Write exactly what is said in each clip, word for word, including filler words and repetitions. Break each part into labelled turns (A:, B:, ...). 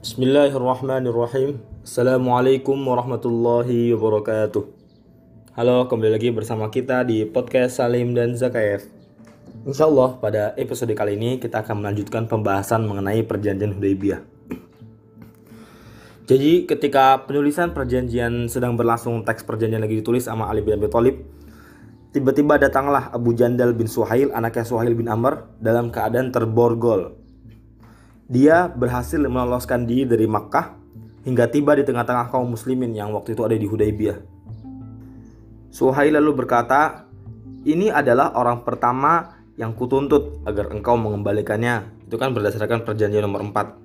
A: Bismillahirrahmanirrahim. Assalamualaikum warahmatullahi wabarakatuh. Halo, kembali lagi bersama kita di podcast Salim dan Zakaev. Insyaallah pada episode kali ini kita akan melanjutkan pembahasan mengenai perjanjian Hudaybiyah. Jadi ketika penulisan perjanjian sedang berlangsung, teks perjanjian lagi ditulis sama Ali bin Abi Thalib, tiba-tiba datanglah Abu Jandal bin Suhail, anaknya Suhail bin Amr, dalam keadaan terborgol. Dia berhasil meloloskan diri dari Makkah hingga tiba di tengah-tengah kaum muslimin yang waktu itu ada di Hudaybiyah. Suhail lalu berkata, "Ini adalah orang pertama yang kutuntut agar engkau mengembalikannya." Itu kan berdasarkan perjanjian nomor empat.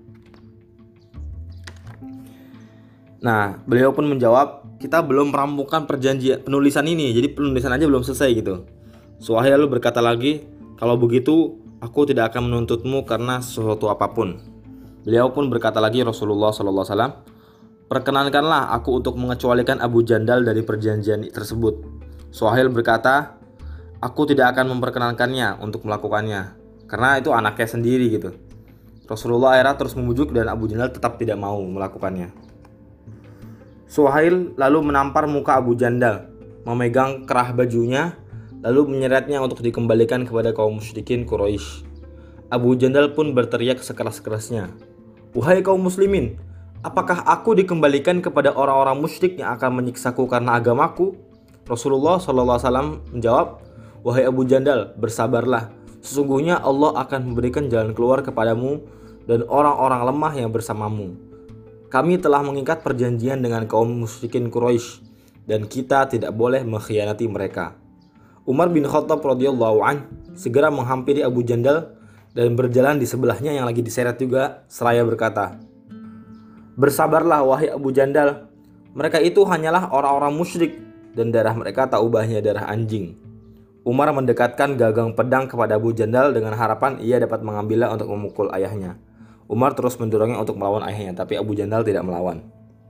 A: Nah, beliau pun menjawab, "Kita belum merampungkan perjanjian penulisan ini, jadi penulisan aja belum selesai gitu." Suhail lalu berkata lagi, "Kalau begitu, aku tidak akan menuntutmu karena sesuatu apapun." Beliau pun berkata lagi, Rasulullah shallallahu alaihi wasallam, "Perkenankanlah aku untuk mengecualikan Abu Jandal dari perjanjian tersebut." Suhail berkata, "Aku tidak akan memperkenankannya untuk melakukannya, karena itu anaknya sendiri gitu." Rasulullah akhirnya terus memujuk dan Abu Jandal tetap tidak mau melakukannya. Suhail lalu menampar muka Abu Jandal, memegang kerah bajunya, lalu menyeretnya untuk dikembalikan kepada kaum musyrikin Quraisy. Abu Jandal pun berteriak sekeras-kerasnya, "Wahai kaum muslimin, apakah aku dikembalikan kepada orang-orang musyrik yang akan menyiksaku karena agamaku?" Rasulullah shallallahu alaihi wasallam menjawab, "Wahai Abu Jandal, bersabarlah. Sesungguhnya Allah akan memberikan jalan keluar kepadamu dan orang-orang lemah yang bersamamu. Kami telah mengikat perjanjian dengan kaum musyrikin Quraisy dan kita tidak boleh mengkhianati mereka." Umar bin Khattab radhiyallahu an segera menghampiri Abu Jandal dan berjalan di sebelahnya yang lagi diseret juga seraya berkata, "Bersabarlah wahai Abu Jandal, mereka itu hanyalah orang-orang musyrik dan darah mereka tak ubahnya darah anjing." Umar mendekatkan gagang pedang kepada Abu Jandal dengan harapan ia dapat mengambilnya untuk memukul ayahnya. Umar terus mendorongnya untuk melawan ayahnya, tapi Abu Jandal tidak melawan.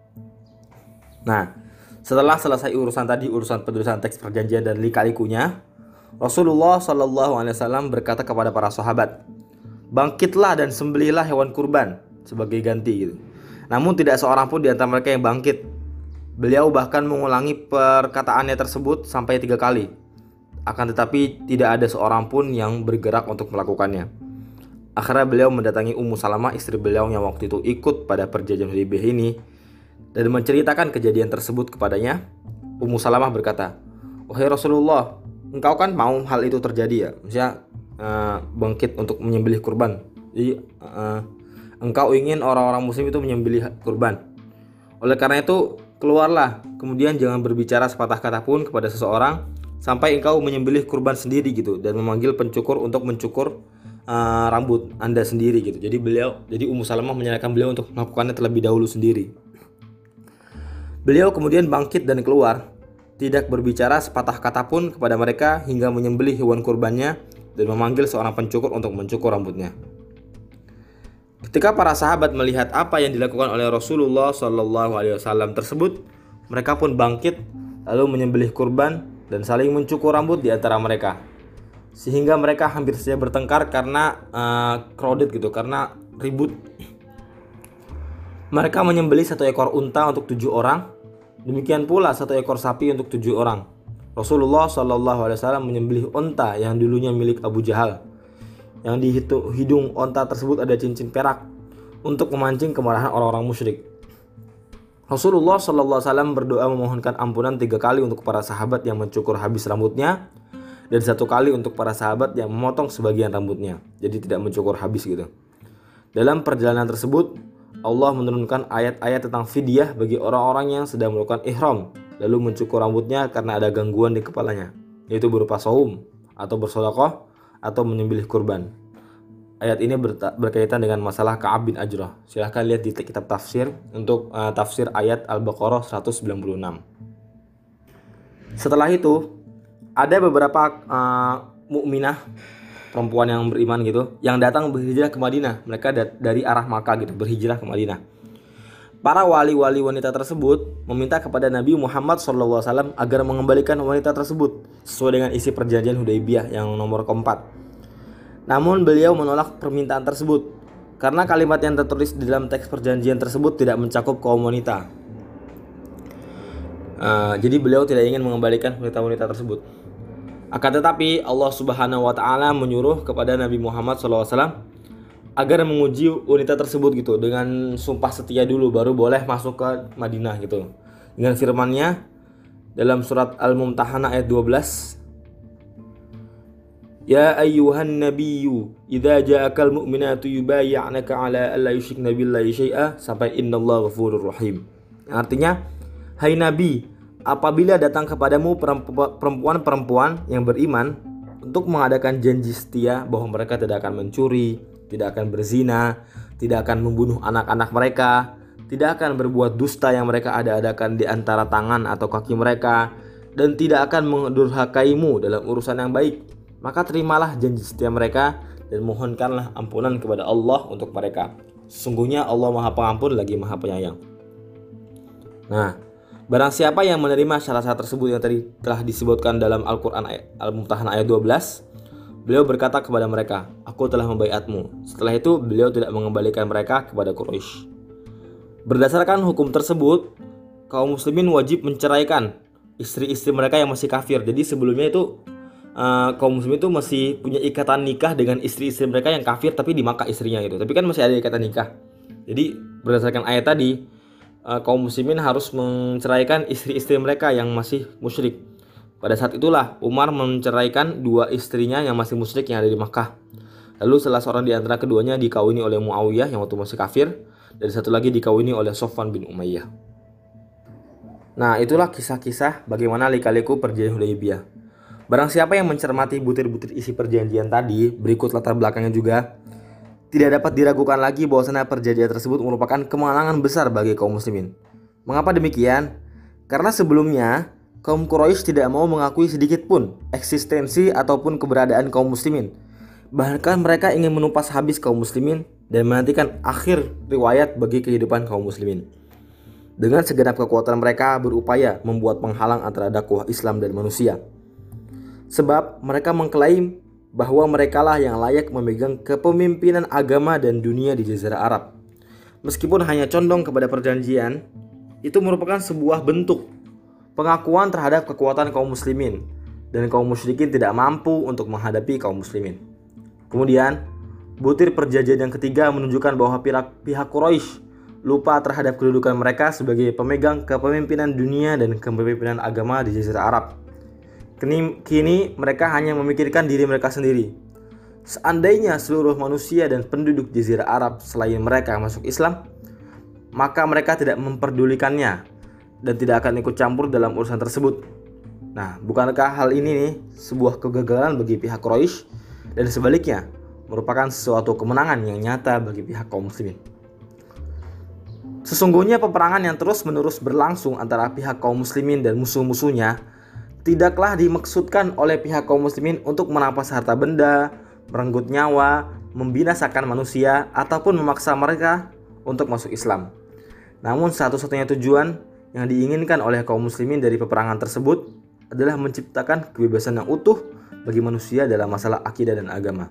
A: Nah, setelah selesai urusan tadi, urusan penulisan teks perjanjian dan lika-likunya, Rasulullah shallallahu alaihi wasallam berkata kepada para sahabat, "Bangkitlah dan sembelihlah hewan kurban sebagai ganti." Gitu. Namun tidak seorang pun di antara mereka yang bangkit. Beliau bahkan mengulangi perkataannya tersebut sampai tiga kali. Akan tetapi tidak ada seorang pun yang bergerak untuk melakukannya. Akhirnya beliau mendatangi Ummu Salamah, istri beliau yang waktu itu ikut pada perjanjian Hudaybiyah ini, dan menceritakan kejadian tersebut kepadanya. Ummu Salamah berkata, "Wahai Rasulullah, engkau kan mau hal itu terjadi ya, maksudnya uh, bangkit untuk menyembelih kurban. Jadi uh, engkau ingin orang-orang muslim itu menyembelih kurban. Oleh karena itu keluarlah, kemudian jangan berbicara sepatah kata pun kepada seseorang sampai engkau menyembelih kurban sendiri gitu, dan memanggil pencukur untuk mencukur uh, rambut Anda sendiri gitu." Jadi beliau, jadi Ummu Salamah menyarankan beliau untuk melakukannya terlebih dahulu sendiri. Beliau kemudian bangkit dan keluar, tidak berbicara sepatah kata pun kepada mereka hingga menyembelih hewan kurbannya dan memanggil seorang pencukur untuk mencukur rambutnya. Ketika para sahabat melihat apa yang dilakukan oleh Rasulullah shallallahu alaihi wasallam tersebut, mereka pun bangkit lalu menyembelih kurban dan saling mencukur rambut di antara mereka, sehingga mereka hampir saja bertengkar karena uh, crowded gitu, karena ribut. Mereka menyembelih satu ekor unta untuk tujuh orang, demikian pula satu ekor sapi untuk tujuh orang. Rasulullah shallallahu alaihi wasallam menyembelih unta yang dulunya milik Abu Jahal, yang di hidung unta tersebut ada cincin perak, untuk memancing kemarahan orang-orang musyrik. Rasulullah shallallahu alaihi wasallam berdoa memohonkan ampunan tiga kali untuk para sahabat yang mencukur habis rambutnya, dan satu kali untuk para sahabat yang memotong sebagian rambutnya, jadi tidak mencukur habis gitu. Dalam perjalanan tersebut, Allah menurunkan ayat-ayat tentang fidyah bagi orang-orang yang sedang melakukan ihram lalu mencukur rambutnya karena ada gangguan di kepalanya, yaitu berupa saum atau bersedekah atau menyembelih kurban. Ayat ini berkaitan dengan masalah Ka'ab bin Ajrah. Silahkan lihat di kitab tafsir untuk uh, tafsir ayat Al-Baqarah seratus sembilan puluh enam. Setelah itu ada beberapa uh, mukminah, perempuan yang beriman gitu, yang datang berhijrah ke Madinah. Mereka dari arah Makkah gitu, berhijrah ke Madinah. Para wali-wali wanita tersebut meminta kepada Nabi Muhammad shallallahu alaihi wasallam agar mengembalikan wanita tersebut sesuai dengan isi perjanjian Hudaybiyah yang nomor keempat. Namun beliau menolak permintaan tersebut karena kalimat yang tertulis di dalam teks perjanjian tersebut tidak mencakup kaum wanita. Uh, jadi beliau tidak ingin mengembalikan wanita-wanita tersebut. Akan tetapi Allah Subhanahu wa taala menyuruh kepada Nabi Muhammad shallallahu alaihi wasallam agar menguji wanita tersebut gitu dengan sumpah setia dulu baru boleh masuk ke Madinah gitu. Dengan firman-Nya dalam surat Al-Mumtahanah ayat dua belas, Ya ayyuhan nabiyyu idza ja'akal mu'minatu yubayyi'naka 'ala alla yusyrikna billahi syai'a sampai innallaha ghafurur rahim. Artinya, hai nabi, apabila datang kepadamu perempuan-perempuan yang beriman untuk mengadakan janji setia bahwa mereka tidak akan mencuri, tidak akan berzina, tidak akan membunuh anak-anak mereka, tidak akan berbuat dusta yang mereka ada-adakan di antara tangan atau kaki mereka, dan tidak akan mendurhakaimu dalam urusan yang baik, maka terimalah janji setia mereka dan mohonkanlah ampunan kepada Allah untuk mereka. Sesungguhnya Allah Maha Pengampun lagi Maha Penyayang. Nah, barang siapa yang menerima syarat-syarat tersebut yang tadi telah disebutkan dalam Al-Quran Al-Mumtahanah ayat dua belas, beliau berkata kepada mereka, aku telah membaiatmu. Setelah itu beliau tidak mengembalikan mereka kepada Quraisy. Berdasarkan hukum tersebut, kaum muslimin wajib menceraikan istri-istri mereka yang masih kafir. Jadi sebelumnya itu uh, kaum muslimin itu masih punya ikatan nikah dengan istri-istri mereka yang kafir tapi di Makkah istrinya gitu. Tapi kan masih ada ikatan nikah. Jadi berdasarkan ayat tadi, uh, kaum muslimin harus menceraikan istri-istri mereka yang masih musyrik. Pada saat itulah Umar menceraikan dua istrinya yang masih musyrik yang ada di Makkah. Lalu salah seorang di antara keduanya dikawini oleh Muawiyah yang waktu masih kafir, dan satu lagi dikawini oleh Sofwan bin Umayyah. Nah, itulah kisah-kisah bagaimana lika-liku perjanjian Hudaybiyah. Barang siapa yang mencermati butir-butir isi perjanjian tadi, berikut latar belakangnya juga, tidak dapat diragukan lagi bahwasanya perjanjian tersebut merupakan kemenangan besar bagi kaum muslimin. Mengapa demikian? Karena sebelumnya kaum Quraisy tidak mau mengakui sedikit pun eksistensi ataupun keberadaan kaum muslimin. Bahkan mereka ingin menumpas habis kaum muslimin dan menantikan akhir riwayat bagi kehidupan kaum muslimin. Dengan segenap kekuatan mereka berupaya membuat penghalang antara dakwah Islam dan manusia. Sebab mereka mengklaim bahwa merekalah yang layak memegang kepemimpinan agama dan dunia di Jazirah Arab. Meskipun hanya condong kepada perjanjian, itu merupakan sebuah bentuk pengakuan terhadap kekuatan kaum muslimin, dan kaum musyrikin tidak mampu untuk menghadapi kaum muslimin. Kemudian, butir perjanjian yang ketiga menunjukkan bahwa pihak, pihak Quraisy lupa terhadap kedudukan mereka sebagai pemegang kepemimpinan dunia dan kepemimpinan agama di Jazirah Arab. Kini, kini mereka hanya memikirkan diri mereka sendiri. Seandainya seluruh manusia dan penduduk Jazirah Arab selain mereka masuk Islam, maka mereka tidak memperdulikannya dan tidak akan ikut campur dalam urusan tersebut. Nah, bukankah hal ini nih sebuah kegagalan bagi pihak Quraisy, dan sebaliknya merupakan sesuatu kemenangan yang nyata bagi pihak kaum muslimin. Sesungguhnya peperangan yang terus-menerus berlangsung antara pihak kaum muslimin dan musuh-musuhnya tidaklah dimaksudkan oleh pihak kaum muslimin untuk merampas harta benda, merenggut nyawa, membinasakan manusia, ataupun memaksa mereka untuk masuk Islam. Namun satu-satunya tujuan yang diinginkan oleh kaum muslimin dari peperangan tersebut adalah menciptakan kebebasan yang utuh bagi manusia dalam masalah akidah dan agama.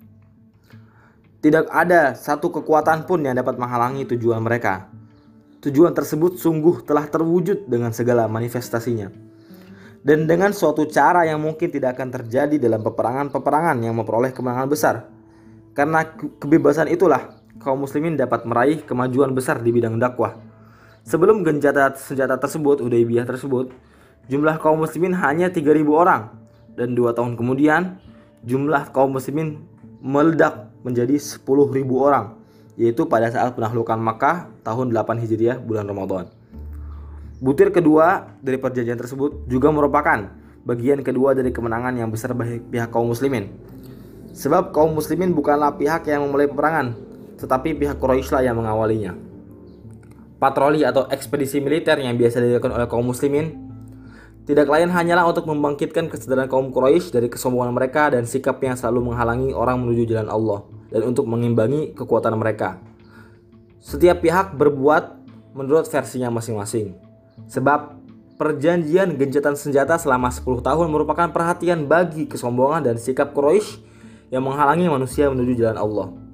A: Tidak ada satu kekuatan pun yang dapat menghalangi tujuan mereka. Tujuan tersebut sungguh telah terwujud dengan segala manifestasinya, dan dengan suatu cara yang mungkin tidak akan terjadi dalam peperangan-peperangan yang memperoleh kemenangan besar. Karena kebebasan itulah kaum muslimin dapat meraih kemajuan besar di bidang dakwah. Sebelum gencatan senjata tersebut, Hudaybiyah tersebut, jumlah kaum muslimin hanya tiga ribu orang. Dan dua tahun kemudian, jumlah kaum muslimin meledak menjadi sepuluh ribu orang, yaitu pada saat penaklukan Makkah tahun delapan Hijriah bulan Ramadan. Butir kedua dari perjanjian tersebut juga merupakan bagian kedua dari kemenangan yang besar bagi pihak kaum muslimin. Sebab kaum muslimin bukanlah pihak yang memulai peperangan, tetapi pihak Quraisy lah yang mengawalinya. Patroli atau ekspedisi militer yang biasa dilakukan oleh kaum muslimin tidak lain hanyalah untuk membangkitkan kesadaran kaum Quraisy dari kesombongan mereka dan sikap yang selalu menghalangi orang menuju jalan Allah, dan untuk mengimbangi kekuatan mereka. Setiap pihak berbuat menurut versinya masing-masing. Sebab perjanjian gencatan senjata selama sepuluh tahun merupakan perhatian bagi kesombongan dan sikap Quraisy yang menghalangi manusia menuju jalan Allah.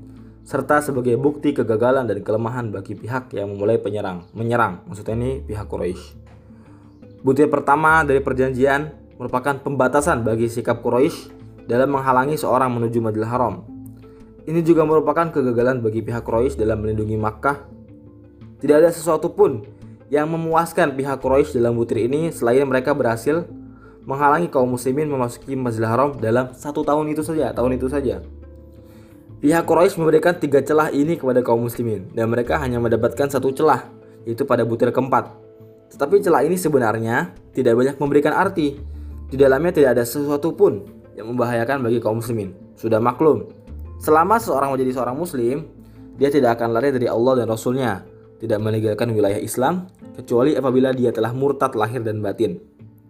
A: serta sebagai bukti kegagalan dan kelemahan bagi pihak yang memulai penyerang, menyerang. Maksudnya ini pihak Quraisy. Bukti pertama dari perjanjian merupakan pembatasan bagi sikap Quraisy dalam menghalangi seorang menuju Masjidil Haram. Ini juga merupakan kegagalan bagi pihak Quraisy dalam melindungi Makkah. Tidak ada sesuatu pun yang memuaskan pihak Quraisy dalam butir ini selain mereka berhasil menghalangi kaum muslimin memasuki Masjidil Haram dalam satu tahun itu saja, tahun itu saja. Pihak Quraisy memberikan tiga celah ini kepada kaum muslimin dan mereka hanya mendapatkan satu celah, yaitu pada butir keempat. Tetapi celah ini sebenarnya tidak banyak memberikan arti. Di dalamnya tidak ada sesuatu pun yang membahayakan bagi kaum muslimin. Sudah maklum, selama seorang menjadi seorang muslim, dia tidak akan lari dari Allah dan Rasulnya, tidak meninggalkan wilayah Islam, kecuali apabila dia telah murtad lahir dan batin.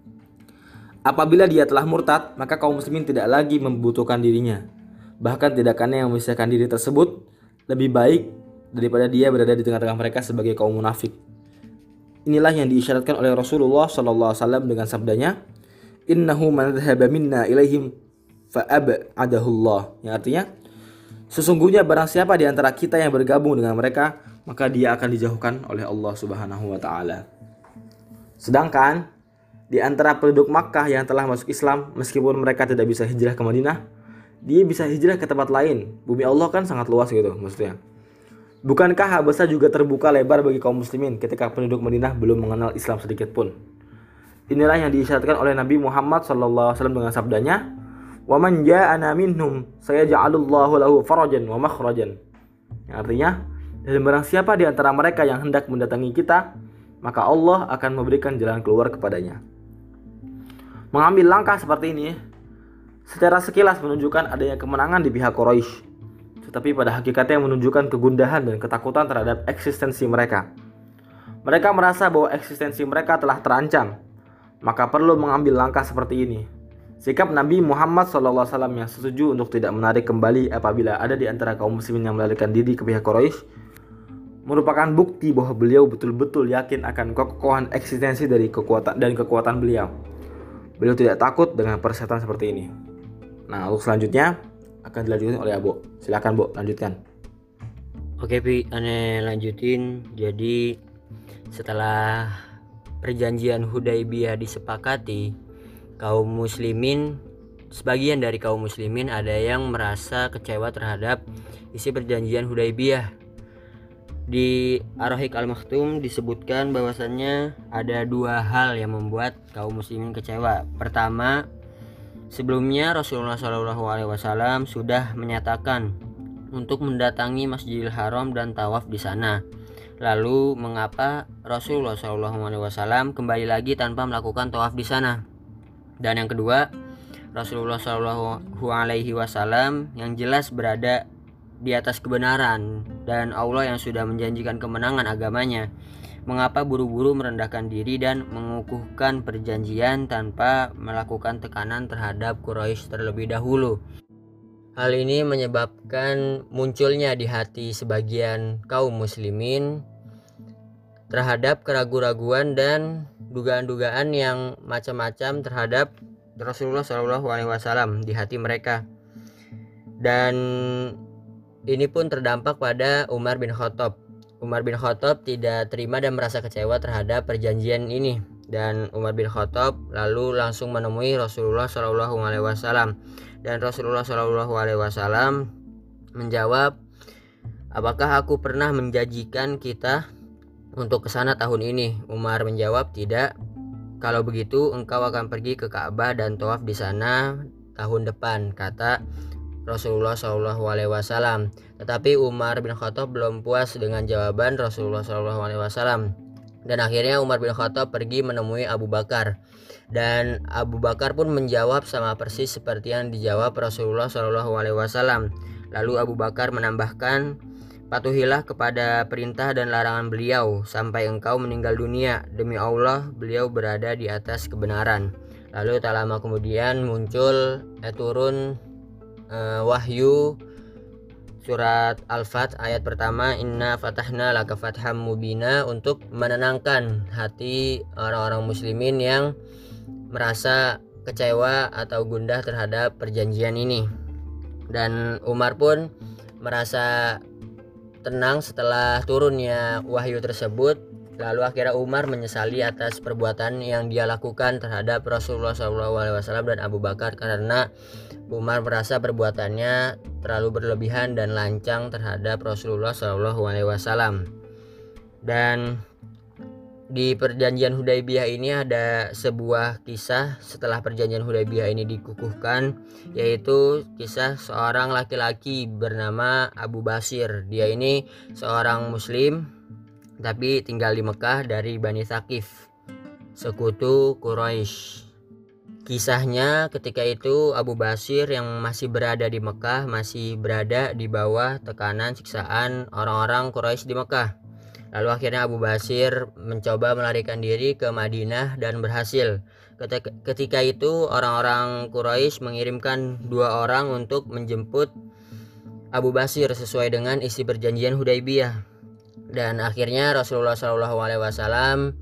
A: Apabila dia telah murtad, maka kaum muslimin tidak lagi membutuhkan dirinya. Bahkan tindakannya yang memisahkan diri tersebut lebih baik daripada dia berada di tengah-tengah mereka sebagai kaum munafik. Inilah yang diisyaratkan oleh Rasulullah shallallahu alaihi wasallam dengan sabdanya, "Innahu man dhahaba minna ilaihim fa'ab'adahullah." Yang artinya, sesungguhnya barang siapa di antara kita yang bergabung dengan mereka, maka dia akan dijauhkan oleh Allah Subhanahu wa taala. Sedangkan di antara penduduk Makkah yang telah masuk Islam, meskipun mereka tidak bisa hijrah ke Madinah, dia bisa hijrah ke tempat lain. Bumi Allah kan sangat luas gitu maksudnya. Bukankah Habasah juga terbuka lebar bagi kaum muslimin ketika penduduk Madinah belum mengenal Islam sedikit pun? Inilah yang diisyaratkan oleh Nabi Muhammad shallallahu alaihi wasallam dengan sabdanya, "Wa man ja'ana minhum sayaj'alullahu lahu farajan wa makhrajan." Yang artinya, dan barang siapa di antara mereka yang hendak mendatangi kita, maka Allah akan memberikan jalan keluar kepadanya. Mengambil langkah seperti ini secara sekilas menunjukkan adanya kemenangan di pihak Quraisy, tetapi pada hakikatnya menunjukkan kegundahan dan ketakutan terhadap eksistensi mereka. Mereka merasa bahwa eksistensi mereka telah terancam, maka perlu mengambil langkah seperti ini. Sikap Nabi Muhammad shallallahu alaihi wasallam yang setuju untuk tidak menarik kembali apabila ada di antara kaum muslimin yang melarikan diri ke pihak Quraisy merupakan bukti bahwa beliau betul-betul yakin akan kekokohan eksistensi dari kekuatan dan kekuatan beliau. Beliau tidak takut dengan persetan seperti ini. Nah, untuk selanjutnya akan dilanjutkan oleh Abu. Silakan, Bu, lanjutkan.
B: Oke, Pi, ane lanjutin. Jadi setelah perjanjian Hudaibiyah disepakati, kaum muslimin, sebagian dari kaum muslimin ada yang merasa kecewa terhadap isi perjanjian Hudaibiyah. Di Ar-Rahiq Al-Maktum disebutkan bahwasannya ada dua hal yang membuat kaum muslimin kecewa. Pertama, sebelumnya Rasulullah shallallahu alaihi wasallam sudah menyatakan untuk mendatangi Masjidil Haram dan tawaf di sana. Lalu mengapa Rasulullah shallallahu alaihi wasallam kembali lagi tanpa melakukan tawaf di sana? Dan yang kedua, Rasulullah shallallahu alaihi wasallam yang jelas berada di atas kebenaran dan Allah yang sudah menjanjikan kemenangan agamanya, mengapa buru-buru merendahkan diri dan mengukuhkan perjanjian tanpa melakukan tekanan terhadap Quraisy terlebih dahulu? Hal ini menyebabkan munculnya di hati sebagian kaum muslimin terhadap keraguan-raguan dan dugaan-dugaan yang macam-macam terhadap Rasulullah shallallahu alaihi wasallam di hati mereka. Dan ini pun terdampak pada Umar bin Khattab. Umar bin Khattab tidak terima dan merasa kecewa terhadap perjanjian ini. Dan Umar bin Khattab lalu langsung menemui Rasulullah shallallahu alaihi wasallam. Dan Rasulullah shallallahu alaihi wasallam menjawab, "Apakah aku pernah menjanjikan kita untuk ke sana tahun ini?" Umar menjawab, "Tidak. Kalau begitu engkau akan pergi ke Ka'bah dan tawaf di sana tahun depan," kata Rasulullah shallallahu alaihi wasallam. Tetapi Umar bin Khattab belum puas dengan jawaban Rasulullah shallallahu alaihi wasallam. Dan akhirnya Umar bin Khattab pergi menemui Abu Bakar. Dan Abu Bakar pun menjawab sama persis seperti yang dijawab Rasulullah shallallahu alaihi wasallam. Lalu Abu Bakar menambahkan, "Patuhilah kepada perintah dan larangan beliau sampai engkau meninggal dunia. Demi Allah, beliau berada di atas kebenaran." Lalu tak lama kemudian muncul eh, turun Uh, Wahyu surat Al-Fath ayat pertama, "Inna fatahna laka fatham mubina," untuk menenangkan hati orang-orang muslimin yang merasa kecewa atau gundah terhadap perjanjian ini. Dan Umar pun merasa tenang setelah turunnya wahyu tersebut. Lalu akhirnya Umar menyesali atas perbuatan yang dia lakukan terhadap Rasulullah shallallahu alaihi wasallam dan Abu Bakar, karena Umar merasa perbuatannya terlalu berlebihan dan lancang terhadap Rasulullah shallallahu alaihi wasallam. Dan di perjanjian Hudaybiyah ini ada sebuah kisah setelah perjanjian Hudaybiyah ini dikukuhkan, yaitu kisah seorang laki-laki bernama Abu Basir. Dia ini seorang muslim tapi tinggal di Mekah dari Bani Thaqif, sekutu Quraisy. Kisahnya ketika itu Abu Basir yang masih berada di Mekah masih berada di bawah tekanan siksaan orang-orang Quraisy di Mekah. Lalu akhirnya Abu Basir mencoba melarikan diri ke Madinah dan berhasil. Ketika itu orang-orang Quraisy mengirimkan dua orang untuk menjemput Abu Basir sesuai dengan isi perjanjian Hudaybiyah. Dan akhirnya Rasulullah shallallahu alaihi wasallam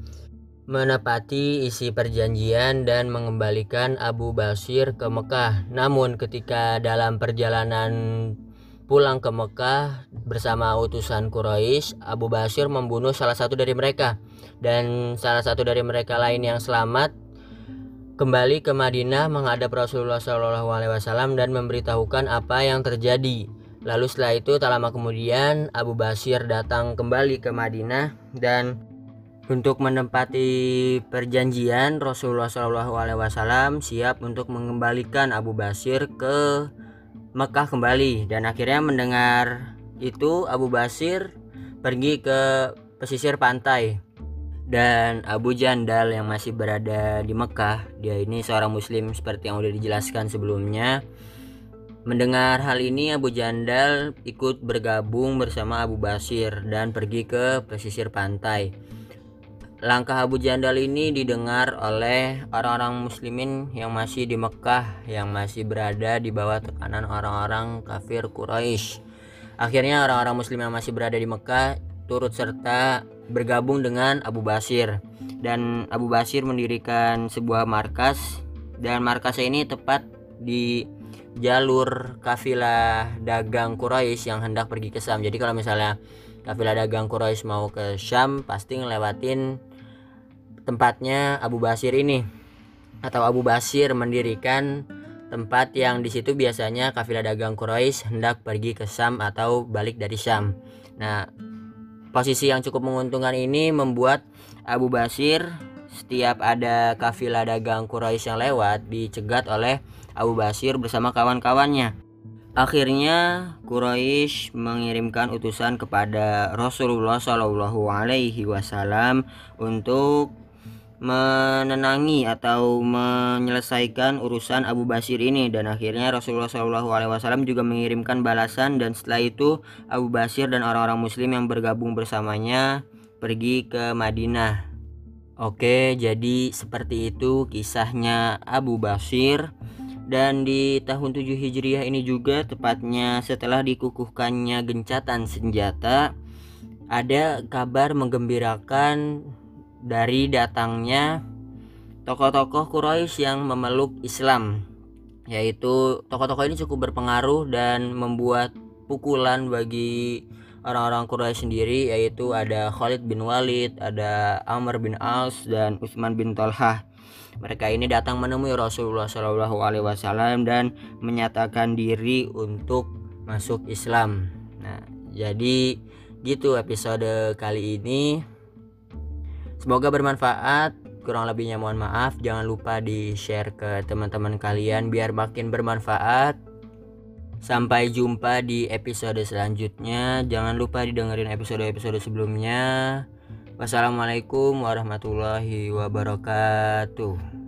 B: menepati isi perjanjian dan mengembalikan Abu Basir ke Mekah. Namun ketika dalam perjalanan pulang ke Mekah bersama utusan Quraisy, Abu Basir membunuh salah satu dari mereka, dan salah satu dari mereka lain yang selamat kembali ke Madinah menghadap Rasulullah shallallahu alaihi wasallam dan memberitahukan apa yang terjadi. Lalu setelah itu tak lama kemudian Abu Basir datang kembali ke Madinah, dan untuk menempati perjanjian Rasulullah shallallahu alaihi wasallam siap untuk mengembalikan Abu Basir ke Mekah kembali. Dan akhirnya mendengar itu Abu Basir pergi ke pesisir pantai, dan Abu Jandal yang masih berada di Mekah, dia ini seorang muslim seperti yang sudah dijelaskan sebelumnya. Mendengar hal ini, Abu Jandal ikut bergabung bersama Abu Basir dan pergi ke pesisir pantai. Langkah Abu Jandal ini didengar oleh orang-orang muslimin yang masih di Mekah, yang masih berada di bawah tekanan orang-orang kafir Quraisy. Akhirnya orang-orang muslim yang masih berada di Mekah turut serta bergabung dengan Abu Basir, dan Abu Basir mendirikan sebuah markas, dan markasnya ini tepat di jalur kafilah dagang Quraisy yang hendak pergi ke Syam. Jadi kalau misalnya kafilah dagang Quraisy mau ke Syam, pasti ngelewatin tempatnya Abu Basir ini, atau Abu Basir mendirikan tempat yang di situ biasanya kafilah dagang Quraisy hendak pergi ke Syam atau balik dari Syam. Nah, posisi yang cukup menguntungkan ini membuat Abu Basir setiap ada kafilah dagang Quraisy yang lewat dicegat oleh Abu Basir bersama kawan-kawannya. Akhirnya Quraisy mengirimkan utusan kepada Rasulullah shallallahu alaihi wasallam untuk menenangi atau menyelesaikan urusan Abu Basir ini, dan akhirnya Rasulullah shallallahu alaihi wasallam juga mengirimkan balasan, dan setelah itu Abu Basir dan orang-orang muslim yang bergabung bersamanya pergi ke Madinah. Oke, jadi seperti itu kisahnya Abu Basir. Dan di tahun tujuh Hijriah ini juga, tepatnya setelah dikukuhkannya gencatan senjata, ada kabar menggembirakan dari datangnya tokoh-tokoh Quraisy yang memeluk Islam. Yaitu tokoh-tokoh ini cukup berpengaruh dan membuat pukulan bagi orang-orang Quraisy sendiri, yaitu ada Khalid bin Walid, ada Amr bin As, dan Utsman bin Thalhah. Mereka ini datang menemui Rasulullah shallallahu alaihi wasallam dan menyatakan diri untuk masuk Islam. Nah, jadi gitu episode kali ini. Semoga bermanfaat. Kurang lebihnya mohon maaf. Jangan lupa di-share ke teman-teman kalian biar makin bermanfaat. Sampai jumpa di episode selanjutnya. Jangan lupa didengerin episode-episode sebelumnya. Wassalamualaikum warahmatullahi wabarakatuh.